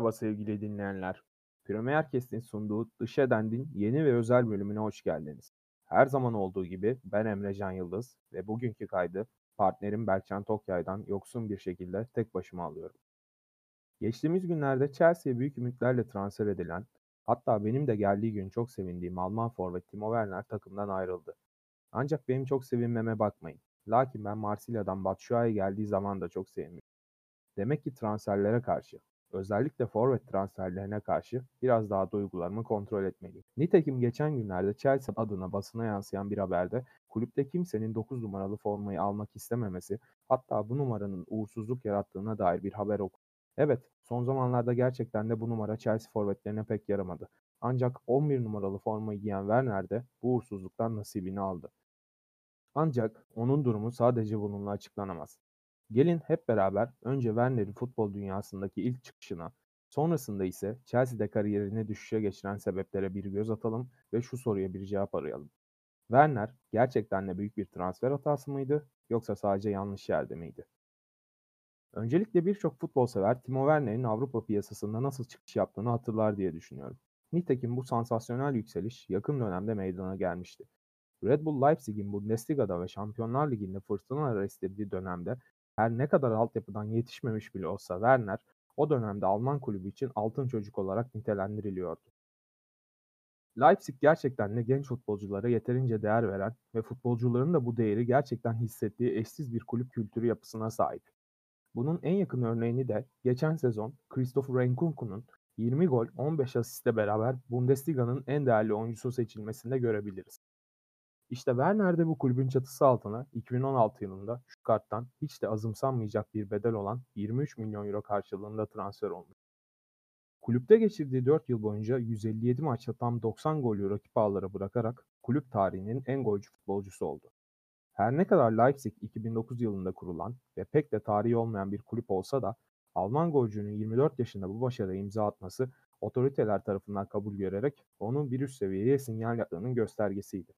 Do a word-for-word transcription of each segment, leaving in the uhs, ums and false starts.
Merhaba sevgili dinleyenler. Premier Kest'in sunduğu Dış Edend'in yeni ve özel bölümüne hoş geldiniz. Her zaman olduğu gibi ben Emre Can Yıldız ve bugünkü kaydı partnerim Berkcan Tokyay'dan yoksun bir şekilde tek başıma alıyorum. Geçtiğimiz günlerde Chelsea'ye büyük ümitlerle transfer edilen, hatta benim de geldiği gün çok sevindiğim Alman forvet Timo Werner takımdan ayrıldı. Ancak benim çok sevinmeme bakmayın. Lakin ben Marsilya'dan Batshuayi geldiği zaman da çok sevindim. Demek ki transferlere karşı, özellikle forvet transferlerine karşı biraz daha duygularımı kontrol etmeliyim. Nitekim geçen günlerde Chelsea adına basına yansıyan bir haberde kulüpte kimsenin dokuz numaralı formayı almak istememesi, hatta bu numaranın uğursuzluk yarattığına dair bir haber okudum. Evet, son zamanlarda gerçekten de bu numara Chelsea forvetlerine pek yaramadı. Ancak on bir numaralı formayı giyen Werner de bu uğursuzluktan nasibini aldı. Ancak onun durumu sadece bununla açıklanamaz. Gelin hep beraber önce Werner'in futbol dünyasındaki ilk çıkışına, sonrasında ise Chelsea'de kariyerini düşüşe geçiren sebeplere bir göz atalım ve şu soruya bir cevap arayalım. Werner gerçekten de büyük bir transfer hatası mıydı yoksa sadece yanlış yerde miydi? Öncelikle birçok futbol sever Timo Werner'in Avrupa piyasasında nasıl çıkış yaptığını hatırlar diye düşünüyorum. Nitekim bu sansasyonel yükseliş yakın dönemde meydana gelmişti. Red Bull Leipzig'in Bundesliga'da ve Şampiyonlar Ligi'nde fırtınalar estirdiği dönemde her ne kadar altyapıdan yetişmemiş bile olsa Werner, o dönemde Alman kulübü için altın çocuk olarak nitelendiriliyordu. Leipzig gerçekten de genç futbolculara yeterince değer veren ve futbolcuların da bu değeri gerçekten hissettiği eşsiz bir kulüp kültürü yapısına sahip. Bunun en yakın örneğini de geçen sezon Christopher Nkunku'nun yirmi gol on beş asistle beraber Bundesliga'nın en değerli oyuncusu seçilmesinde görebiliriz. İşte Werner de bu kulübün çatısı altına iki bin on altı yılında Stuttgart'tan hiç de azımsanmayacak bir bedel olan yirmi üç milyon euro karşılığında transfer olmuş. Kulüpte geçirdiği dört yıl boyunca yüz elli yedi maçta tam doksan golü rakip ağlara bırakarak kulüp tarihinin en golcü futbolcusu oldu. Her ne kadar Leipzig iki bin dokuz yılında kurulan ve pek de tarihi olmayan bir kulüp olsa da Alman golcünün yirmi dört yaşında bu başarıya imza atması otoriteler tarafından kabul görerek onun bir üst seviyeye sinyal yaptığının göstergesiydi.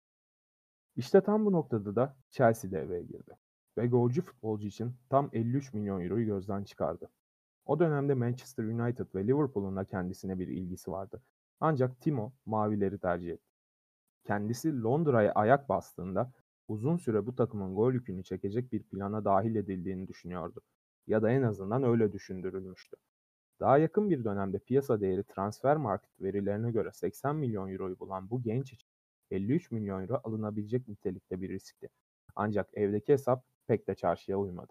İşte tam bu noktada da Chelsea devreye girdi ve golcü futbolcu için tam elli üç milyon euroyu gözden çıkardı. O dönemde Manchester United ve Liverpool'un da kendisine bir ilgisi vardı. Ancak Timo mavileri tercih etti. Kendisi Londra'ya ayak bastığında uzun süre bu takımın gol yükünü çekecek bir plana dahil edildiğini düşünüyordu. Ya da en azından öyle düşündürülmüştü. Daha yakın bir dönemde piyasa değeri transfer market verilerine göre seksen milyon euroyu bulan bu genç için elli üç milyon euro alınabilecek nitelikte bir riskti. Ancak evdeki hesap pek de çarşıya uymadı.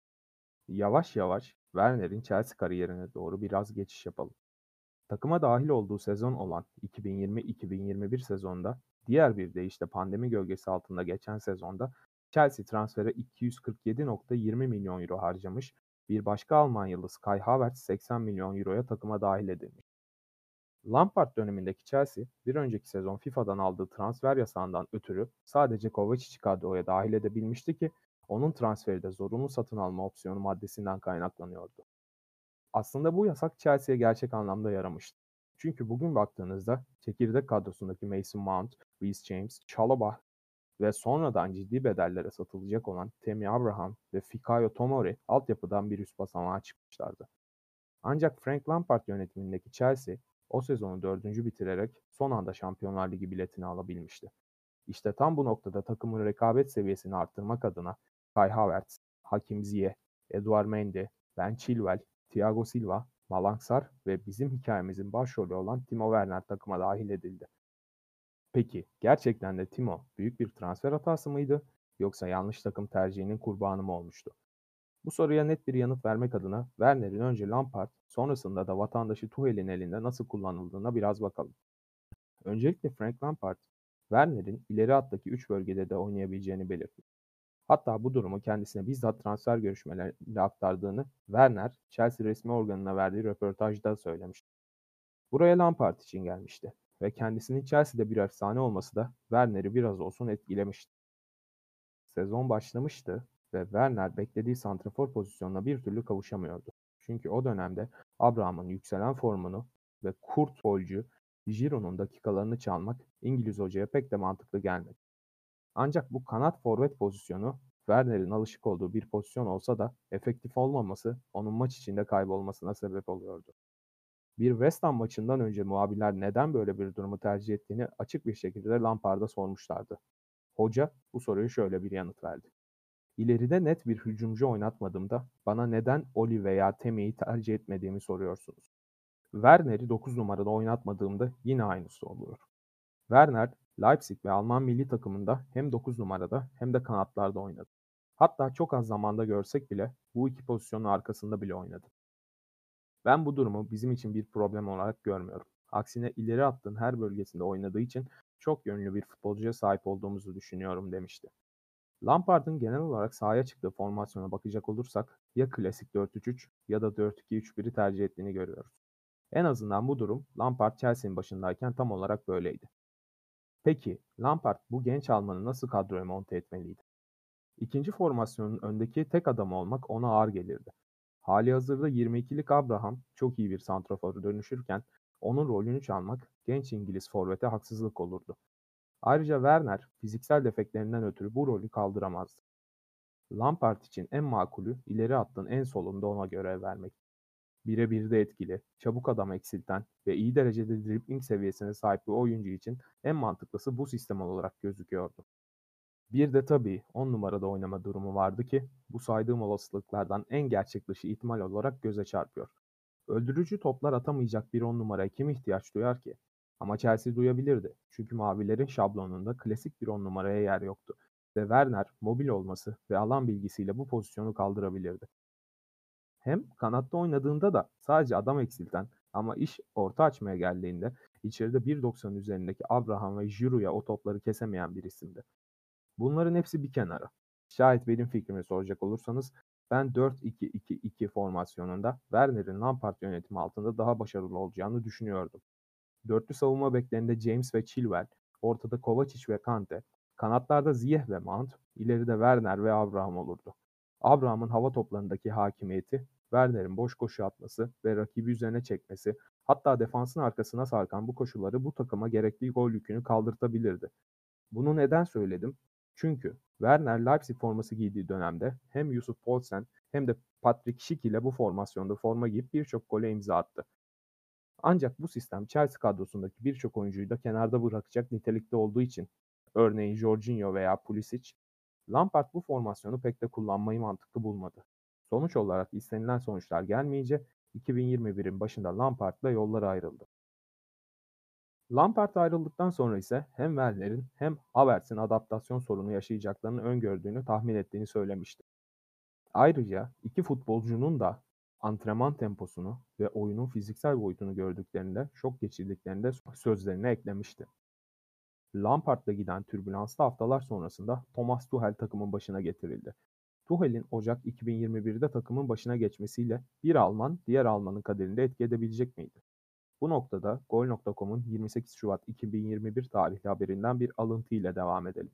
Yavaş yavaş Werner'in Chelsea kariyerine doğru biraz geçiş yapalım. Takıma dahil olduğu sezon olan iki bin yirmi iki bin yirmi bir sezonda, diğer bir deyişle pandemi gölgesi altında geçen sezonda Chelsea transfere iki yüz kırk yedi virgül yirmi milyon euro harcamış, bir başka Alman yıldız Kai Havertz seksen milyon euroya takıma dahil edilmiş. Lampard dönemindeki Chelsea, bir önceki sezon FIFA'dan aldığı transfer yasağından ötürü sadece Kovacic'i kadroya dahil edebilmişti ki onun transferi de zorunlu satın alma opsiyonu maddesinden kaynaklanıyordu. Aslında bu yasak Chelsea'ye gerçek anlamda yaramıştı. Çünkü bugün baktığınızda çekirdek kadrosundaki Mason Mount, Reece James, Chalobah ve sonradan ciddi bedellere satılacak olan Tammy Abraham ve Fikayo Tomori altyapıdan bir üst basamağa çıkmışlardı. Ancak Frank Lampard yönetimindeki Chelsea o sezonu dördüncü bitirerek son anda Şampiyonlar Ligi biletini alabilmişti. İşte tam bu noktada takımın rekabet seviyesini arttırmak adına Kai Havertz, Hakim Ziyech, Edouard Mendy, Ben Chilwell, Thiago Silva, Malang Sarr ve bizim hikayemizin başrolü olan Timo Werner takıma dahil edildi. Peki gerçekten de Timo büyük bir transfer hatası mıydı yoksa yanlış takım tercihinin kurbanı mı olmuştu? Bu soruya net bir yanıt vermek adına Werner'in önce Lampard, sonrasında da vatandaşı Tuchel'in elinde nasıl kullanıldığına biraz bakalım. Öncelikle Frank Lampard, Werner'in ileri hattaki üç bölgede de oynayabileceğini belirtti. Hatta bu durumu kendisine bizzat transfer görüşmelerinde aktardığını Werner, Chelsea resmi organına verdiği röportajda söylemişti. Buraya Lampard için gelmişti ve kendisinin Chelsea'de bir efsane olması da Werner'i biraz olsun etkilemişti. Sezon başlamıştı ve Werner beklediği santrafor pozisyonuna bir türlü kavuşamıyordu. Çünkü o dönemde Abraham'ın yükselen formunu ve kurt golcü Giroud'un dakikalarını çalmak İngiliz hocaya pek de mantıklı gelmedi. Ancak bu kanat forvet pozisyonu Werner'in alışık olduğu bir pozisyon olsa da efektif olmaması onun maç içinde kaybolmasına sebep oluyordu. Bir West Ham maçından önce muhabirler neden böyle bir durumu tercih ettiğini açık bir şekilde Lampard'a sormuşlardı. Hoca bu soruyu şöyle bir yanıt verdi. İleride net bir hücumcu oynatmadığımda bana neden Oli veya Temi'yi tercih etmediğimi soruyorsunuz. Werner'i dokuz numarada oynatmadığımda yine aynısı oluyor. Werner, Leipzig ve Alman milli takımında hem dokuz numarada hem de kanatlarda oynadı. Hatta çok az zamanda görsek bile bu iki pozisyonun arkasında bile oynadı. Ben bu durumu bizim için bir problem olarak görmüyorum. Aksine ileri hattın her bölgesinde oynadığı için çok yönlü bir futbolcuya sahip olduğumuzu düşünüyorum demişti. Lampard'ın genel olarak sahaya çıktığı formasyona bakacak olursak ya klasik dört üç üç ya da dört iki üç biri tercih ettiğini görüyoruz. En azından bu durum Lampard Chelsea'nin başındayken tam olarak böyleydi. Peki Lampard bu genç Almanı nasıl kadroya monte etmeliydi? İkinci formasyonun öndeki tek adamı olmak ona ağır gelirdi. Halihazırda yirmi ikilik Abraham çok iyi bir santrafora dönüşürken onun rolünü çalmak genç İngiliz forvete haksızlık olurdu. Ayrıca Werner fiziksel defeklerinden ötürü bu rolü kaldıramazdı. Lampard için en makulü ileri hattın en solunda ona görev vermek. Birebir de etkili, çabuk adam eksilten ve iyi derecede dribbling seviyesine sahip bir oyuncu için en mantıklısı bu sistem olarak gözüküyordu. Bir de tabii on numarada oynama durumu vardı ki bu saydığım olasılıklardan en gerçek dışı ihtimal olarak göze çarpıyor. Öldürücü toplar atamayacak bir on numaraya kim ihtiyaç duyar ki? Ama Chelsea duyabilirdi. Çünkü mavilerin şablonunda klasik bir on numaraya yer yoktu. Ve Werner mobil olması ve alan bilgisiyle bu pozisyonu kaldırabilirdi. Hem kanatta oynadığında da sadece adam eksilten ama iş orta açmaya geldiğinde içeride bir doksan üzerindeki Abraham ve Giroud'a o topları kesemeyen bir isimdi. Bunların hepsi bir kenara. Şayet benim fikrimi soracak olursanız ben dört iki iki iki formasyonunda Werner'in Lampard yönetimi altında daha başarılı olacağını düşünüyordum. Dörtlü savunma beklerinde James ve Chilwell, ortada Kovacic ve Kante, kanatlarda Ziyech ve Mount, ileride Werner ve Abraham olurdu. Abraham'ın hava toplarındaki hakimiyeti, Werner'in boş koşu atması ve rakibi üzerine çekmesi, hatta defansın arkasına sarkan bu koşulları bu takıma gerekli gol yükünü kaldırtabilirdi. Bunu neden söyledim? Çünkü Werner Leipzig forması giydiği dönemde hem Yusuf Poulsen hem de Patrick Schick ile bu formasyonda forma giyip birçok gole imza attı. Ancak bu sistem Chelsea kadrosundaki birçok oyuncuyu da kenarda bırakacak nitelikte olduğu için, örneğin Jorginho veya Pulisic, Lampard bu formasyonu pek de kullanmayı mantıklı bulmadı. Sonuç olarak istenilen sonuçlar gelmeyince iki bin yirmi birin başında Lampard'la yolları ayrıldı. Lampard ayrıldıktan sonra ise hem Werner'in hem Havertz'in adaptasyon sorunu yaşayacaklarını öngördüğünü tahmin ettiğini söylemişti. Ayrıca iki futbolcunun da antrenman temposunu ve oyunun fiziksel boyutunu gördüklerinde şok geçirdiklerini de sözlerine eklemişti. Lampard'la giden türbülanslı haftalar sonrasında Thomas Tuchel takımın başına getirildi. Tuchel'in Ocak iki bin yirmi birde takımın başına geçmesiyle bir Alman diğer Almanın kaderinde etki edebilecek miydi? Bu noktada Gol nokta com'un yirmi sekiz Şubat iki bin yirmi bir tarihli haberinden bir alıntı ile devam edelim.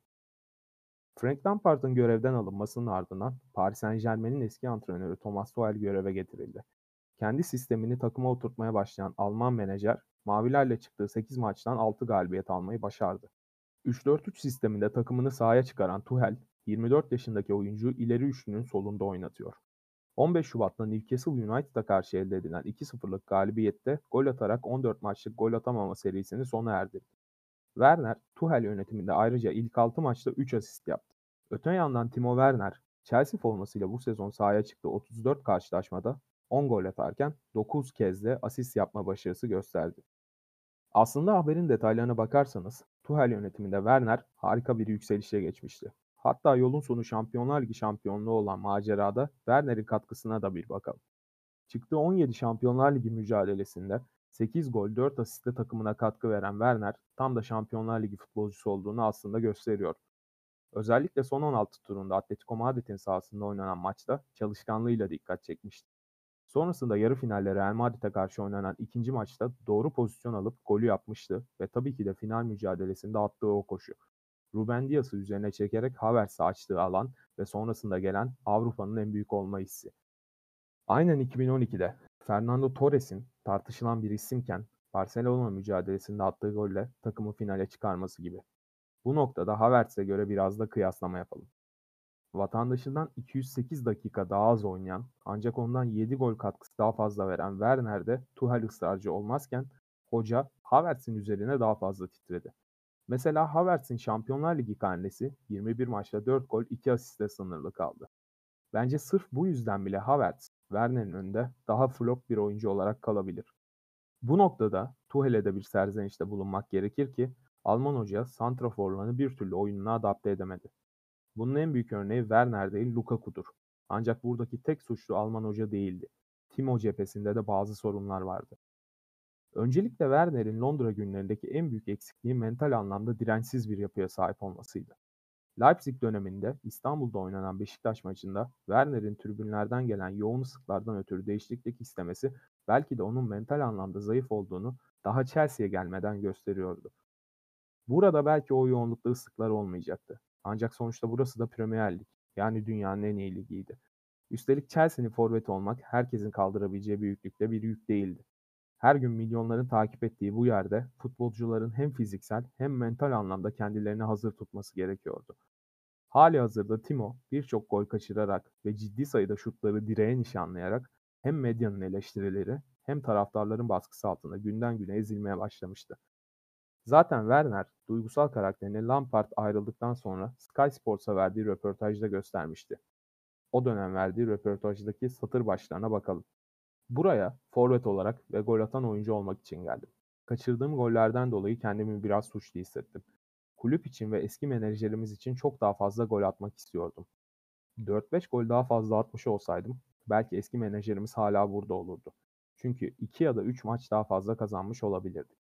Frank Lampard'ın görevden alınmasının ardından Paris Saint-Germain'in eski antrenörü Thomas Tuchel göreve getirildi. Kendi sistemini takıma oturtmaya başlayan Alman menajer, mavilerle çıktığı sekiz maçtan altı galibiyet almayı başardı. üç dört üç sisteminde takımını sahaya çıkaran Tuchel, yirmi dört yaşındaki oyuncuyu ileri üçlünün solunda oynatıyor. on beş Şubat'ta Newcastle United'a karşı elde edilen iki sıfırlık galibiyette gol atarak on dört maçlık gol atamama serisini sona erdirdi. Werner, Tuchel yönetiminde ayrıca ilk altı maçta üç asist yaptı. Öte yandan Timo Werner, Chelsea formasıyla bu sezon sahaya çıktığı otuz dört karşılaşmada on gol atarken dokuz kez de asist yapma başarısı gösterdi. Aslında haberin detaylarına bakarsanız Tuchel yönetiminde Werner harika bir yükselişe geçmişti. Hatta yolun sonu Şampiyonlar Ligi şampiyonluğu olan macerada Werner'in katkısına da bir bakalım. Çıktığı on yedi Şampiyonlar Ligi mücadelesinde sekiz gol dört asistle takımına katkı veren Werner tam da Şampiyonlar Ligi futbolcusu olduğunu aslında gösteriyor. Özellikle son on altı turunda Atletico Madrid'in sahasında oynanan maçta çalışkanlığıyla dikkat çekmişti. Sonrasında yarı finalde Real Madrid'e karşı oynanan ikinci maçta doğru pozisyon alıp golü yapmıştı ve tabii ki de final mücadelesinde attığı o koşu. Ruben Dias'ı üzerine çekerek Havertz'e açtığı alan ve sonrasında gelen Avrupa'nın en büyük olma hissi. Aynen iki bin on ikide Fernando Torres'in tartışılan bir isimken Barcelona mücadelesinde attığı golle takımı finale çıkarması gibi. Bu noktada Havertz'e göre biraz da kıyaslama yapalım. Vatandaşından iki yüz sekiz dakika daha az oynayan ancak ondan yedi gol katkısı daha fazla veren Werner'de Tuchel ısrarcı olmazken hoca Havertz'in üzerine daha fazla titredi. Mesela Havertz'in Şampiyonlar Ligi karnesi yirmi bir maçta dört gol iki asistle sınırlı kaldı. Bence sırf bu yüzden bile Havertz, Werner'in önünde daha flop bir oyuncu olarak kalabilir. Bu noktada Tuchel'e de bir serzenişte bulunmak gerekir ki Alman hoca santraforlarını bir türlü oyununa adapte edemedi. Bunun en büyük örneği Werner değil Lukaku'dur. Ancak buradaki tek suçlu Alman hoca değildi. Timo cephesinde de bazı sorunlar vardı. Öncelikle Werner'in Londra günlerindeki en büyük eksikliği mental anlamda dirençsiz bir yapıya sahip olmasıydı. Leipzig döneminde İstanbul'da oynanan Beşiktaş maçında Werner'in tribünlerden gelen yoğun ıslıklardan ötürü değişiklik istemesi belki de onun mental anlamda zayıf olduğunu daha Chelsea'ye gelmeden gösteriyordu. Burada belki o yoğunlukta ıslıklar olmayacaktı. Ancak sonuçta burası da Premier Lig, yani dünyanın en iyi ligiydi. Üstelik Chelsea'nin forveti olmak herkesin kaldırabileceği büyüklükte bir yük değildi. Her gün milyonların takip ettiği bu yerde futbolcuların hem fiziksel hem mental anlamda kendilerini hazır tutması gerekiyordu. Hâlihazırda Timo birçok gol kaçırarak ve ciddi sayıda şutları direğe nişanlayarak hem medyanın eleştirileri hem taraftarların baskısı altında günden güne ezilmeye başlamıştı. Zaten Werner duygusal karakterini Lampard ayrıldıktan sonra Sky Sports'a verdiği röportajda göstermişti. O dönem verdiği röportajdaki satır başlarına bakalım. Buraya forvet olarak ve gol atan oyuncu olmak için geldim. Kaçırdığım gollerden dolayı kendimi biraz suçlu hissettim. Kulüp için ve eski menajerimiz için çok daha fazla gol atmak istiyordum. dört beş gol daha fazla atmış olsaydım belki eski menajerimiz hala burada olurdu. Çünkü iki ya da üç maç daha fazla kazanmış olabilirdik.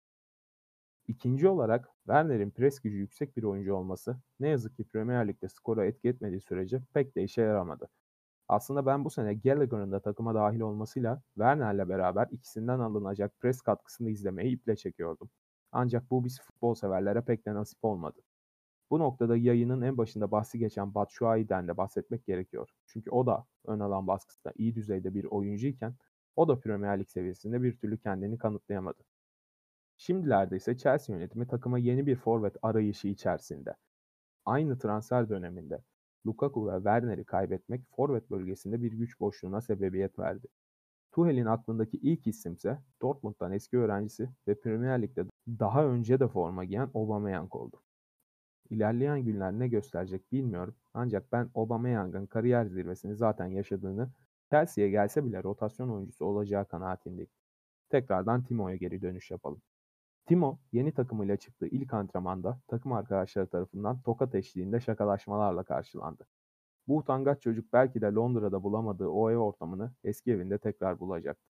İkinci olarak Werner'in pres gücü yüksek bir oyuncu olması ne yazık ki Premier Lig'de skora etki etmediği sürece pek de işe yaramadı. Aslında ben bu sene Gallagher'ın da takıma dahil olmasıyla Werner'le beraber ikisinden alınacak pres katkısını izlemeyi iple çekiyordum. Ancak bu biz futbol severlere pek de nasip olmadı. Bu noktada yayının en başında bahsi geçen Batshuayi'den de bahsetmek gerekiyor. Çünkü o da ön alan baskısında iyi düzeyde bir oyuncuyken o da Premier Lig seviyesinde bir türlü kendini kanıtlayamadı. Şimdilerde ise Chelsea yönetimi takıma yeni bir forvet arayışı içerisinde. Aynı transfer döneminde Lukaku ve Werner'i kaybetmek forvet bölgesinde bir güç boşluğuna sebebiyet verdi. Tuchel'in aklındaki ilk isimse Dortmund'dan eski öğrencisi ve Premier Lig'de daha önce de forma giyen Aubameyang oldu. İlerleyen günler ne gösterecek bilmiyorum ancak ben Aubameyang'ın kariyer zirvesini zaten yaşadığını, Chelsea'ye gelse bile rotasyon oyuncusu olacağı kanaatindeyim. Tekrardan Timo'ya geri dönüş yapalım. Timo, yeni takımıyla çıktığı ilk antrenmanda takım arkadaşları tarafından tokat eşliğinde şakalaşmalarla karşılandı. Bu utangaç çocuk belki de Londra'da bulamadığı o ev ortamını eski evinde tekrar bulacaktı.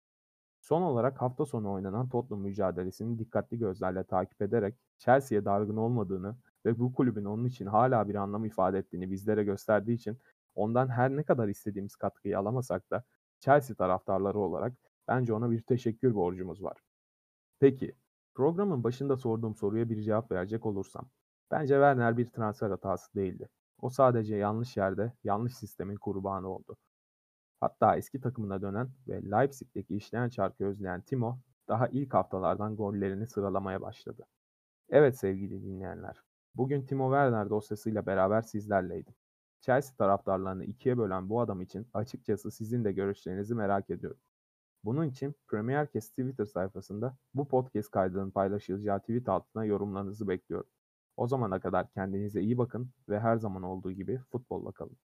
Son olarak hafta sonu oynanan Tottenham mücadelesini dikkatli gözlerle takip ederek Chelsea'ye dargın olmadığını ve bu kulübün onun için hala bir anlam ifade ettiğini bizlere gösterdiği için ondan her ne kadar istediğimiz katkıyı alamasak da Chelsea taraftarları olarak bence ona bir teşekkür borcumuz var. Peki, programın başında sorduğum soruya bir cevap verecek olursam, bence Werner bir transfer hatası değildi. O sadece yanlış yerde, yanlış sistemin kurbanı oldu. Hatta eski takımına dönen ve Leipzig'teki işleyen çarkı özleyen Timo, daha ilk haftalardan gollerini sıralamaya başladı. Evet sevgili dinleyenler, bugün Timo Werner dosyasıyla beraber sizlerleydim. Chelsea taraftarlarını ikiye bölen bu adam için açıkçası sizin de görüşlerinizi merak ediyorum. Bunun için Premiercast Twitter sayfasında bu podcast kaydının paylaşılacağı tweet altına yorumlarınızı bekliyorum. O zamana kadar kendinize iyi bakın ve her zaman olduğu gibi futbolla kalın.